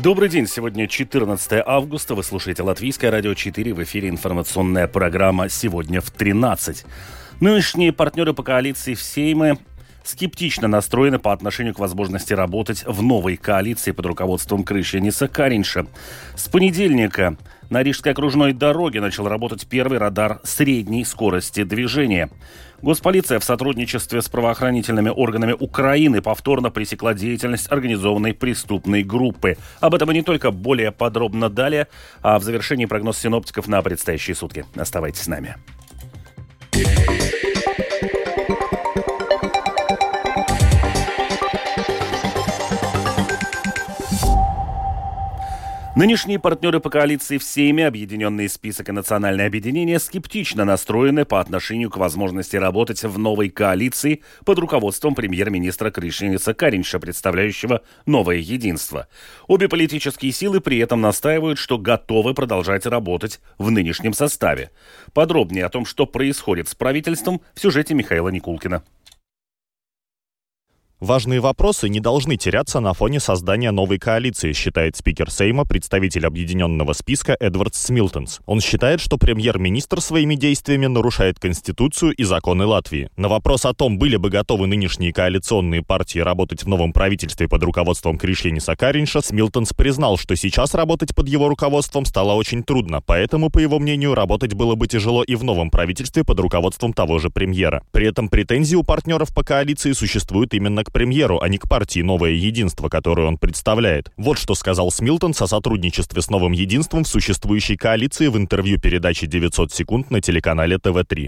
Добрый день. Сегодня 14 августа. Вы слушаете Латвийское радио 4. В эфире информационная программа «Сегодня в 13». Нынешние партнеры по коалиции в Сейме скептично настроены по отношению к возможности работать в новой коалиции под руководством Кришьяниса Кариньша. С понедельника на Рижской окружной дороге начал работать первый радар средней скорости движения. Госполиция в сотрудничестве с правоохранительными органами Украины повторно пресекла деятельность организованной преступной группы. Об этом и не только более подробно далее, а в завершении прогноз синоптиков на предстоящие сутки. Оставайтесь с нами. Нынешние партнеры по коалиции в Сейме, Объединенный список и Национальное объединение, скептично настроены по отношению к возможности работать в новой коалиции под руководством премьер-министра Кришьяниса Кариньша, представляющего новое единство. Обе политические силы при этом настаивают, что готовы продолжать работать в нынешнем составе. Подробнее о том, что происходит с правительством, в сюжете Михаила Никулкина. Важные вопросы не должны теряться на фоне создания новой коалиции, считает спикер Сейма, представитель объединенного списка Эдвард Смилтонс. Он считает, что премьер-министр своими действиями нарушает Конституцию и законы Латвии. На вопрос о том, были бы готовы нынешние коалиционные партии работать в новом правительстве под руководством Кришьяниса Кариньша, Смилтонс признал, что сейчас работать под его руководством стало очень трудно, поэтому, по его мнению, работать было бы тяжело и в новом правительстве под руководством того же премьера. При этом претензии у партнеров по коалиции существуют именно к премьеру, а не к партии «Новое единство», которую он представляет. Вот что сказал Смилтонс о сотрудничестве с «Новым единством» в существующей коалиции в интервью передаче «900 секунд» на телеканале ТВ3.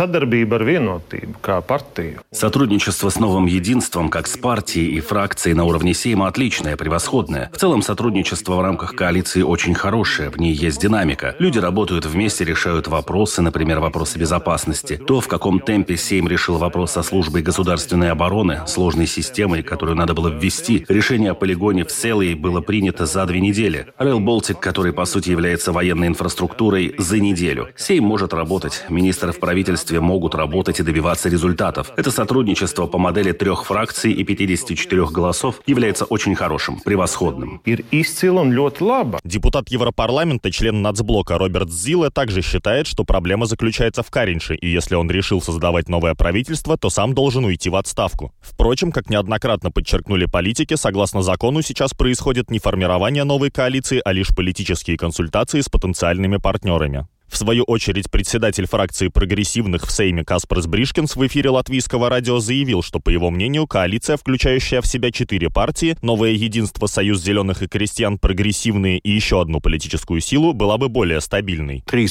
Сотрудничество с «Новым единством» как с партией и фракцией на уровне Сейма отличное, превосходное. В целом сотрудничество в рамках коалиции очень хорошее, в ней есть динамика. Люди работают вместе, решают вопросы, например, вопросы безопасности. То, в каком темпе Сейм решил вопрос со службой государственной обороны, сложной системой, которую надо было ввести. Решение о полигоне в Селии было принято за 2 недели. Rail Baltic, который по сути является военной инфраструктурой, за неделю. Сейм может работать. Министры в правительстве могут работать и добиваться результатов. Это сотрудничество по модели 3 фракций и 54 голосов является очень хорошим, превосходным. Депутат Европарламента, член Нацблока Роберт Зиле также считает, что проблема заключается в Кариньше, и если он решил создавать новое правительство, то сам должен уйти в отставку. Впрочем, как неоднократно подчеркнули политики, согласно закону сейчас происходит не формирование новой коалиции, а лишь политические консультации с потенциальными партнерами. В свою очередь, председатель фракции прогрессивных в Сейме Каспарс Бришкинс в эфире Латвийского радио заявил, что, по его мнению, коалиция, включающая в себя 4 партии, Новое единство, Союз зеленых и крестьян, прогрессивные и еще одну политическую силу, была бы более стабильной. У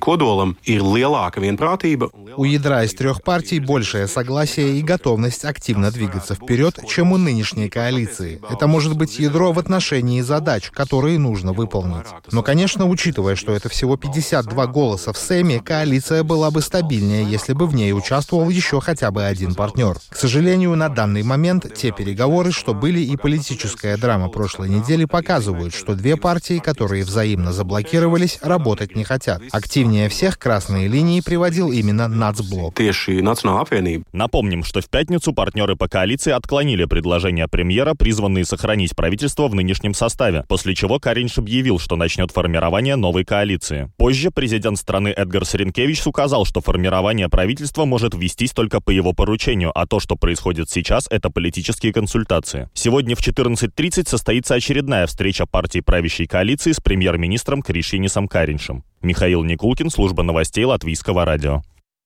ядра из 3 партий большее согласие и готовность активно двигаться вперед, чем у нынешней коалиции. Это может быть ядро в отношении задач, которые нужно выполнить. Но, конечно, учитывая, что это всего 52 голоса в Сейме, коалиция была бы стабильнее, если бы в ней участвовал еще хотя бы один партнер. К сожалению, на данный момент те переговоры, что были, и политическая драма прошлой недели показывают, что 2 партии, которые взаимно заблокировались, работать не хотят. Активнее всех красные линии приводил именно Нацблок. Напомним, что в пятницу партнеры по коалиции отклонили предложения премьера, призванные сохранить правительство в нынешнем составе, после чего Кариньш объявил, что начнет формирование новой коалиции. Позже президент страны Эдгарс Ринкевичс указал, что формирование правительства может вестись только по его поручению, а то, что происходит сейчас, это политические консультации. Сегодня в 14:30 состоится очередная встреча партии правящей коалиции с премьер-министром Кришьянисом Кариньшем. Михаил Никулкин, служба новостей Латвийского радио.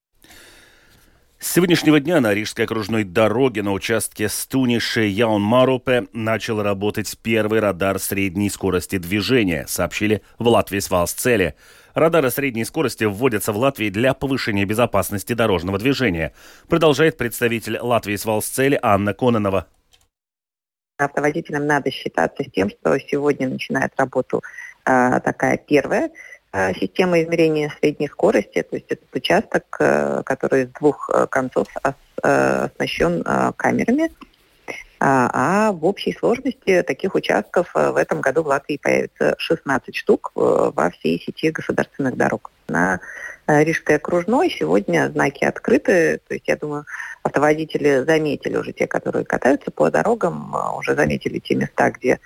С сегодняшнего дня на Рижской окружной дороге на участке Стуниши-Яунмарупе начал работать первый радар средней скорости движения, сообщили в Латвijas Valsts-Ceļi. Радары средней скорости вводятся в Латвии для повышения безопасности дорожного движения, продолжает представитель Латвijas Valsts-Ceļi Анна Кононова. Автоводителям надо считаться с тем, что сегодня начинает работу такая первая система измерения средней скорости, то есть этот участок, который с 2 концов оснащен камерами, а в общей сложности таких участков в этом году в Латвии появится 16 штук во всей сети государственных дорог. На Рижской окружной сегодня знаки открыты, то есть я думаю, автоводители заметили уже, те, которые катаются по дорогам, уже заметили те места, где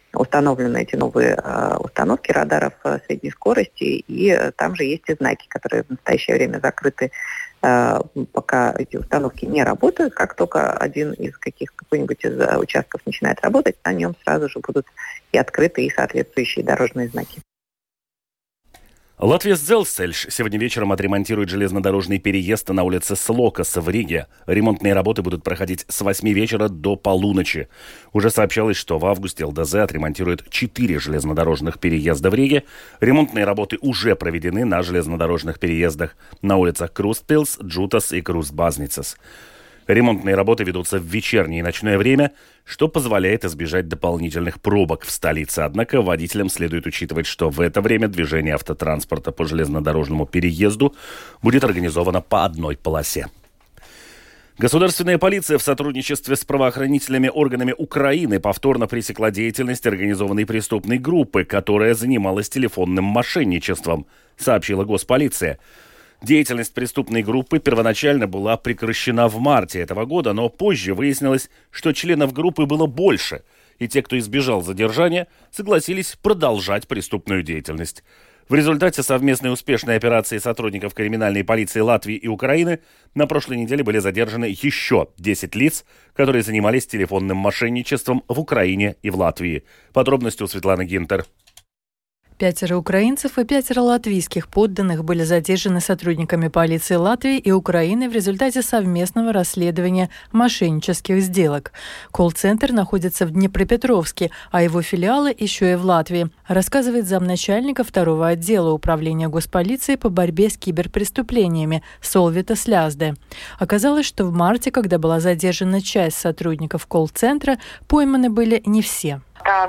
установлены эти новые установки радаров средней скорости, и там же есть и знаки, которые в настоящее время закрыты, пока эти установки не работают. Как только какой-нибудь из участков начинает работать, на нем сразу же будут и открыты и соответствующие дорожные знаки. Латвия Дzelzceļš сегодня вечером отремонтирует железнодорожный переезд на улице Слокаса в Риге. Ремонтные работы будут проходить с 8 вечера до полуночи. Уже сообщалось, что в августе ЛДЗ отремонтирует 4 железнодорожных переезда в Риге. Ремонтные работы уже проведены на железнодорожных переездах на улицах Крустпилс, Джутас и Крустбазницас. Ремонтные работы ведутся в вечернее и ночное время, что позволяет избежать дополнительных пробок в столице. Однако водителям следует учитывать, что в это время движение автотранспорта по железнодорожному переезду будет организовано по одной полосе. Государственная полиция в сотрудничестве с правоохранительными органами Украины повторно пресекла деятельность организованной преступной группы, которая занималась телефонным мошенничеством, сообщила госполиция. Деятельность преступной группы первоначально была прекращена в марте этого года, но позже выяснилось, что членов группы было больше, и те, кто избежал задержания, согласились продолжать преступную деятельность. В результате совместной успешной операции сотрудников криминальной полиции Латвии и Украины на прошлой неделе были задержаны еще 10 лиц, которые занимались телефонным мошенничеством в Украине и в Латвии. Подробности у Светланы Гинтер. 5 украинцев и 5 латвийских подданных были задержаны сотрудниками полиции Латвии и Украины в результате совместного расследования мошеннических сделок. Колл-центр находится в Днепропетровске, а его филиалы еще и в Латвии, рассказывает замначальника 2-го отдела управления госполиции по борьбе с киберпреступлениями Солвита Слязде. Оказалось, что в марте, когда была задержана часть сотрудников колл-центра, пойманы были не все.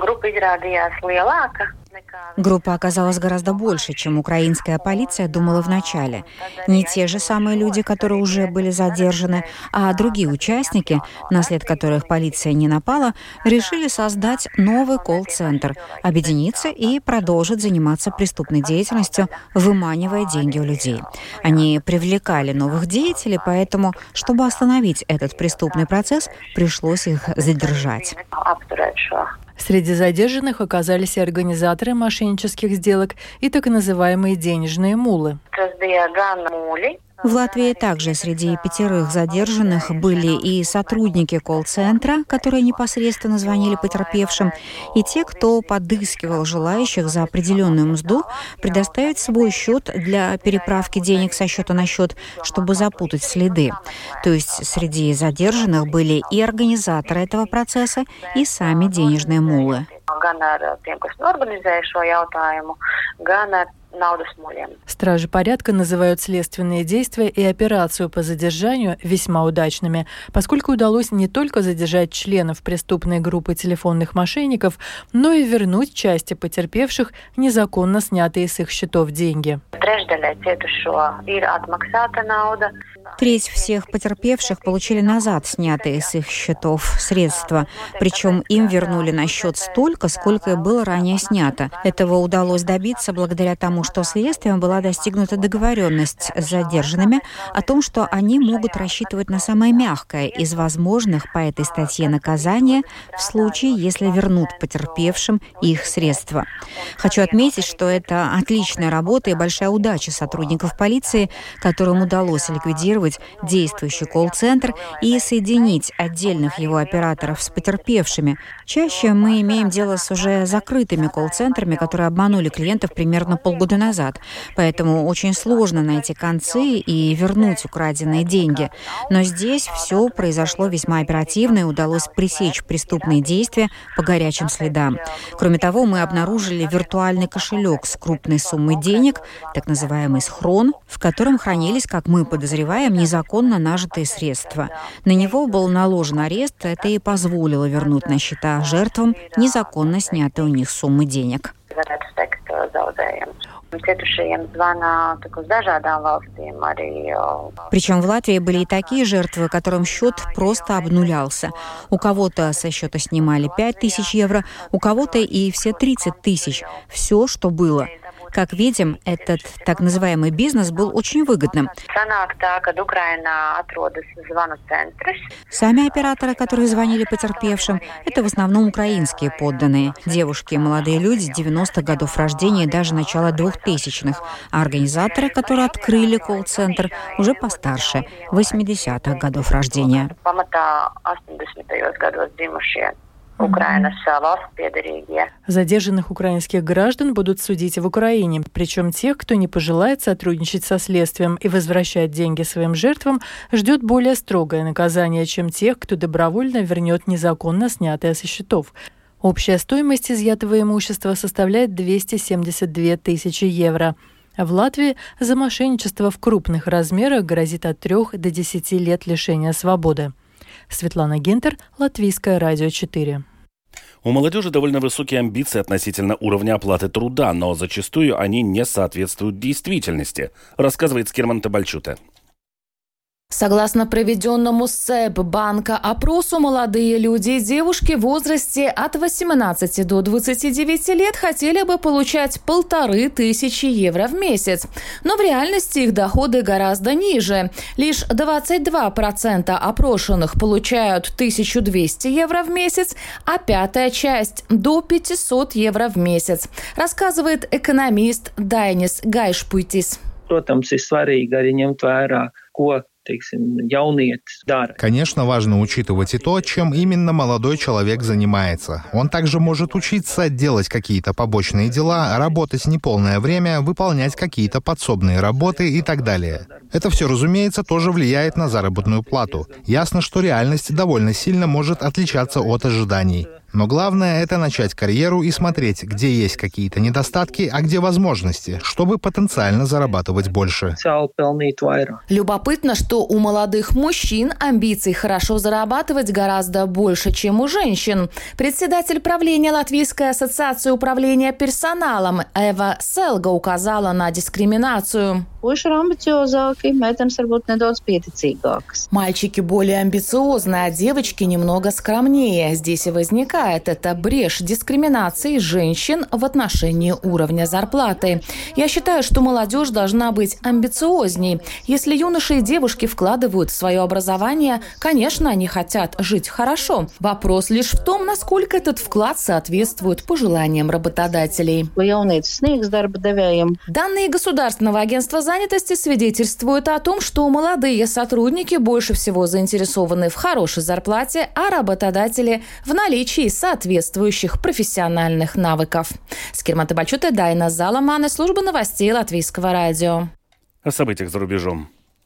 Группа оказалась гораздо больше, чем украинская полиция думала вначале. Не те же самые люди, которые уже были задержаны, а другие участники, на след которых полиция не напала, решили создать новый колл-центр, объединиться и продолжить заниматься преступной деятельностью, выманивая деньги у людей. Они привлекали новых деятелей, поэтому, чтобы остановить этот преступный процесс, пришлось их задержать. Среди задержанных оказались и организаторы мошеннических сделок, и так называемые денежные мулы. В Латвии также среди 5 задержанных были и сотрудники колл-центра, которые непосредственно звонили потерпевшим, и те, кто подыскивал желающих за определенную мзду предоставить свой счет для переправки денег со счета на счет, чтобы запутать следы. То есть среди задержанных были и организаторы этого процесса, и сами денежные мулы. Стражи порядка называют следственные действия и операцию по задержанию весьма удачными, поскольку удалось не только задержать членов преступной группы телефонных мошенников, но и вернуть части потерпевших незаконно снятые с их счетов деньги. Треть всех потерпевших получили назад снятые с их счетов средства. Причем им вернули на счет столько, сколько было ранее снято. Этого удалось добиться благодаря тому, что следствием была достигнута договоренность с задержанными о том, что они могут рассчитывать на самое мягкое из возможных по этой статье наказания в случае, если вернут потерпевшим их средства. Хочу отметить, что это отличная работа и большая удача сотрудников полиции, которым удалось ликвидировать действующий колл-центр и соединить отдельных его операторов с потерпевшими. Чаще мы имеем дело с уже закрытыми колл-центрами, которые обманули клиентов примерно полгода назад. Поэтому очень сложно найти концы и вернуть украденные деньги. Но здесь все произошло весьма оперативно и удалось пресечь преступные действия по горячим следам. Кроме того, мы обнаружили виртуальный кошелек с крупной суммой денег, так называемый схрон, в котором хранились, как мы подозреваем, незаконно нажитые средства. На него был наложен арест, это и позволило вернуть на счета жертвам незаконно снятые у них суммы денег. Причем в Латвии были и такие жертвы, которым счет просто обнулялся. У кого-то со счета снимали 5000 евро, у кого-то и все 30 000. Все, что было. Как видим, этот так называемый бизнес был очень выгодным. Сами операторы, которые звонили потерпевшим, это в основном украинские подданные. Девушки и молодые люди 90-х годов рождения и даже начала 2000-х. А организаторы, которые открыли колл-центр, уже постарше, 80-х годов рождения. Задержанных украинских граждан будут судить в Украине. Причем тех, кто не пожелает сотрудничать со следствием и возвращать деньги своим жертвам, ждет более строгое наказание, чем тех, кто добровольно вернет незаконно снятое со счетов. Общая стоимость изъятого имущества составляет 272 тысячи евро. В Латвии за мошенничество в крупных размерах грозит от 3 до 10 лет лишения свободы. Светлана Гентер, Латвийское радио 4. У молодежи довольно высокие амбиции относительно уровня оплаты труда, но зачастую они не соответствуют действительности, рассказывает Скирман Табальчуте. Согласно проведенному СЭБ-банка опросу, молодые люди и девушки в возрасте от 18 до 29 лет хотели бы получать 1500 евро в месяц. Но в реальности их доходы гораздо ниже. Лишь 22% опрошенных получают 1200 евро в месяц, а пятая часть – до 500 евро в месяц, рассказывает экономист Дайнис Гайшпуйтис. Конечно, важно учитывать и то, чем именно молодой человек занимается. Он также может учиться делать какие-то побочные дела, работать неполное время, выполнять какие-то подсобные работы и так далее. Это все, разумеется, тоже влияет на заработную плату. Ясно, что реальность довольно сильно может отличаться от ожиданий. Но главное – это начать карьеру и смотреть, где есть какие-то недостатки, а где возможности, чтобы потенциально зарабатывать больше. Любопытно, что у молодых мужчин амбиций хорошо зарабатывать гораздо больше, чем у женщин. Председатель правления Латвийской ассоциации управления персоналом Эва Селга указала на дискриминацию. Мальчики более амбициозны, а девочки немного скромнее. Здесь и возникает эта брешь дискриминации женщин в отношении уровня зарплаты. Я считаю, что молодежь должна быть амбициозней. Если юноши и девушки вкладывают в свое образование, конечно, они хотят жить хорошо. Вопрос лишь в том, насколько этот вклад соответствует пожеланиям работодателей. Данные Государственного агентства занятости свидетельствуют о том, что молодые сотрудники больше всего заинтересованы в хорошей зарплате, а работодатели в наличии соответствующих профессиональных навыков. Скирман Табальчуте, Дайна Заламане, служба новостей Латвийского радио. О событиях за рубежом.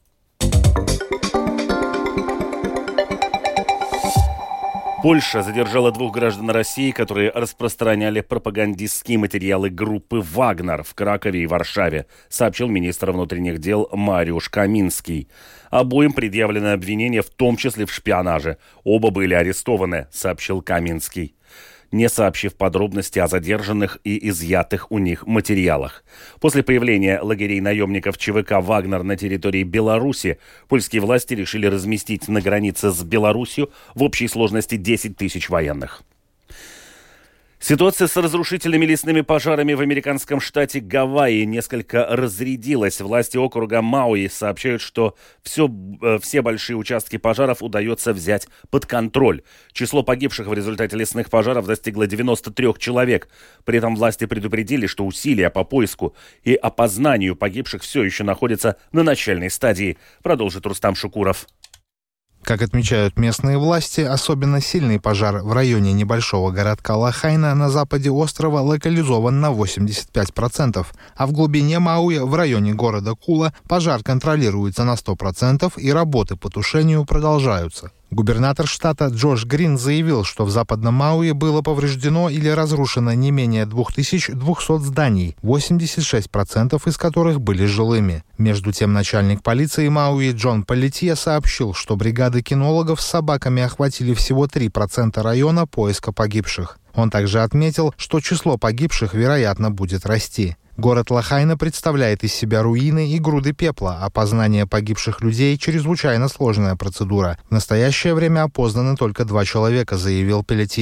Польша задержала 2 граждан России, которые распространяли пропагандистские материалы группы «Вагнер» в Кракове и Варшаве, сообщил министр внутренних дел Мариуш Каминский. Обоим предъявлено обвинение, в том числе в шпионаже. Оба были арестованы, сообщил Каминский, не сообщив подробности о задержанных и изъятых у них материалах. После появления лагерей наемников ЧВК «Вагнер» на территории Беларуси, польские власти решили разместить на границе с Беларусью в общей сложности 10 тысяч военных. Ситуация с разрушительными лесными пожарами в американском штате Гавайи несколько разрядилась. Власти округа Мауи сообщают, что все большие участки пожаров удается взять под контроль. Число погибших в результате лесных пожаров достигло 93 человек. При этом власти предупредили, что усилия по поиску и опознанию погибших все еще находятся на начальной стадии, продолжит Рустам Шукуров. Как отмечают местные власти, особенно сильный пожар в районе небольшого городка Лахайна на западе острова локализован на 85%, а в глубине Мауи, в районе города Кула, пожар контролируется на 100% и работы по тушению продолжаются. Губернатор штата Джош Грин заявил, что в западном Мауи было повреждено или разрушено не менее 2200 зданий, 86% из которых были жилыми. Между тем, начальник полиции Мауи Джон Палетье сообщил, что бригады кинологов с собаками охватили всего 3% района поиска погибших. Он также отметил, что число погибших, вероятно, будет расти. Город Лахайна представляет из себя руины и груды пепла. Опознание погибших людей – чрезвычайно сложная процедура. В настоящее время опознаны только 2 человека, заявил Пелетье.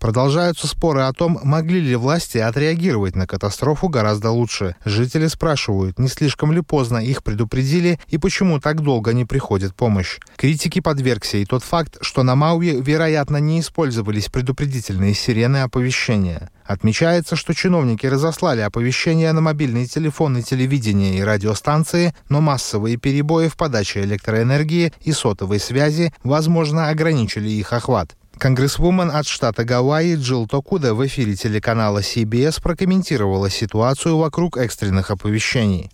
Продолжаются споры о том, могли ли власти отреагировать на катастрофу гораздо лучше. Жители спрашивают, не слишком ли поздно их предупредили и почему так долго не приходит помощь. Критике подвергся и тот факт, что на Мауи, вероятно, не использовались предупредительные сирены оповещения. Отмечается, что чиновники разослали оповещения на мобильные телефоны, телевидение и радиостанции, но массовые перебои в подаче электроэнергии и сотовой связи, возможно, ограничили их охват. Конгрессвумен от штата Гавайи Джилл Токуда в эфире телеканала CBS прокомментировала ситуацию вокруг экстренных оповещений.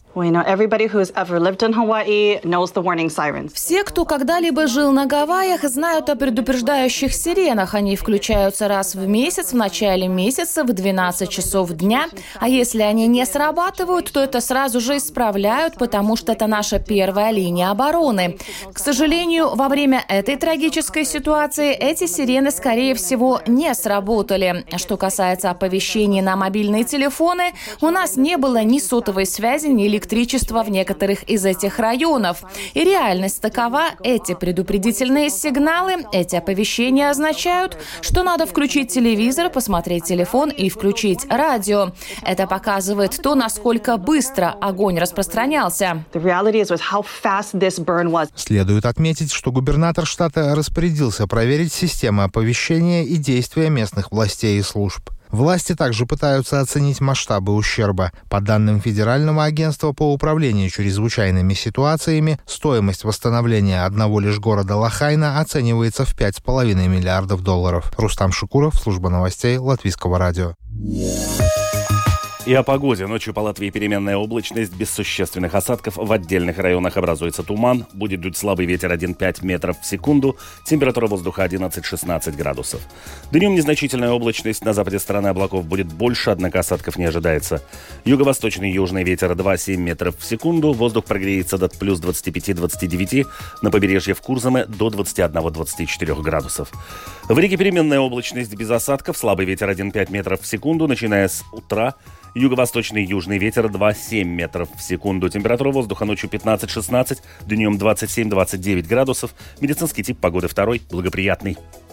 Все, кто когда-либо жил на Гавайях, знают о предупреждающих сиренах. Они включаются раз в месяц, в начале месяца, в 12 часов дня. А если они не срабатывают, то это сразу же исправляют, потому что это наша первая линия обороны. К сожалению, во время этой трагической ситуации эти сирены, скорее всего, не сработали. Что касается оповещений на мобильные телефоны, у нас не было ни сотовой связи, ни электричества в некоторых из этих районов. И реальность такова: эти предупредительные сигналы, эти оповещения означают, что надо включить телевизор, посмотреть телефон и включить радио. Это показывает то, насколько быстро огонь распространялся. Следует отметить, что губернатор штата распорядился проверить системы оповещения и действия местных властей и служб. Власти также пытаются оценить масштабы ущерба. По данным Федерального агентства по управлению чрезвычайными ситуациями, стоимость восстановления одного лишь города Лахайна оценивается в $5,5 миллиардов. Рустам Шукуров, служба новостей Латвийского радио. И о погоде. Ночью по Латвии переменная облачность, без существенных осадков. В отдельных районах образуется туман. Будет дуть слабый ветер 1,5 метров в секунду. Температура воздуха 11-16 градусов. Днем незначительная облачность. На западе страны облаков будет больше, однако осадков не ожидается. Юго-восточный южный ветер 2,7 метров в секунду. Воздух прогреется до плюс 25-29. На побережье в Курзаме до 21-24 градусов. В Риге переменная облачность без осадков. Слабый ветер 1,5 метров в секунду, начиная с утра. Юго-восточный южный ветер 2,7 метров в секунду. Температура воздуха ночью 15-16, днем 27-29 градусов. Медицинский тип погоды 2, благоприятный.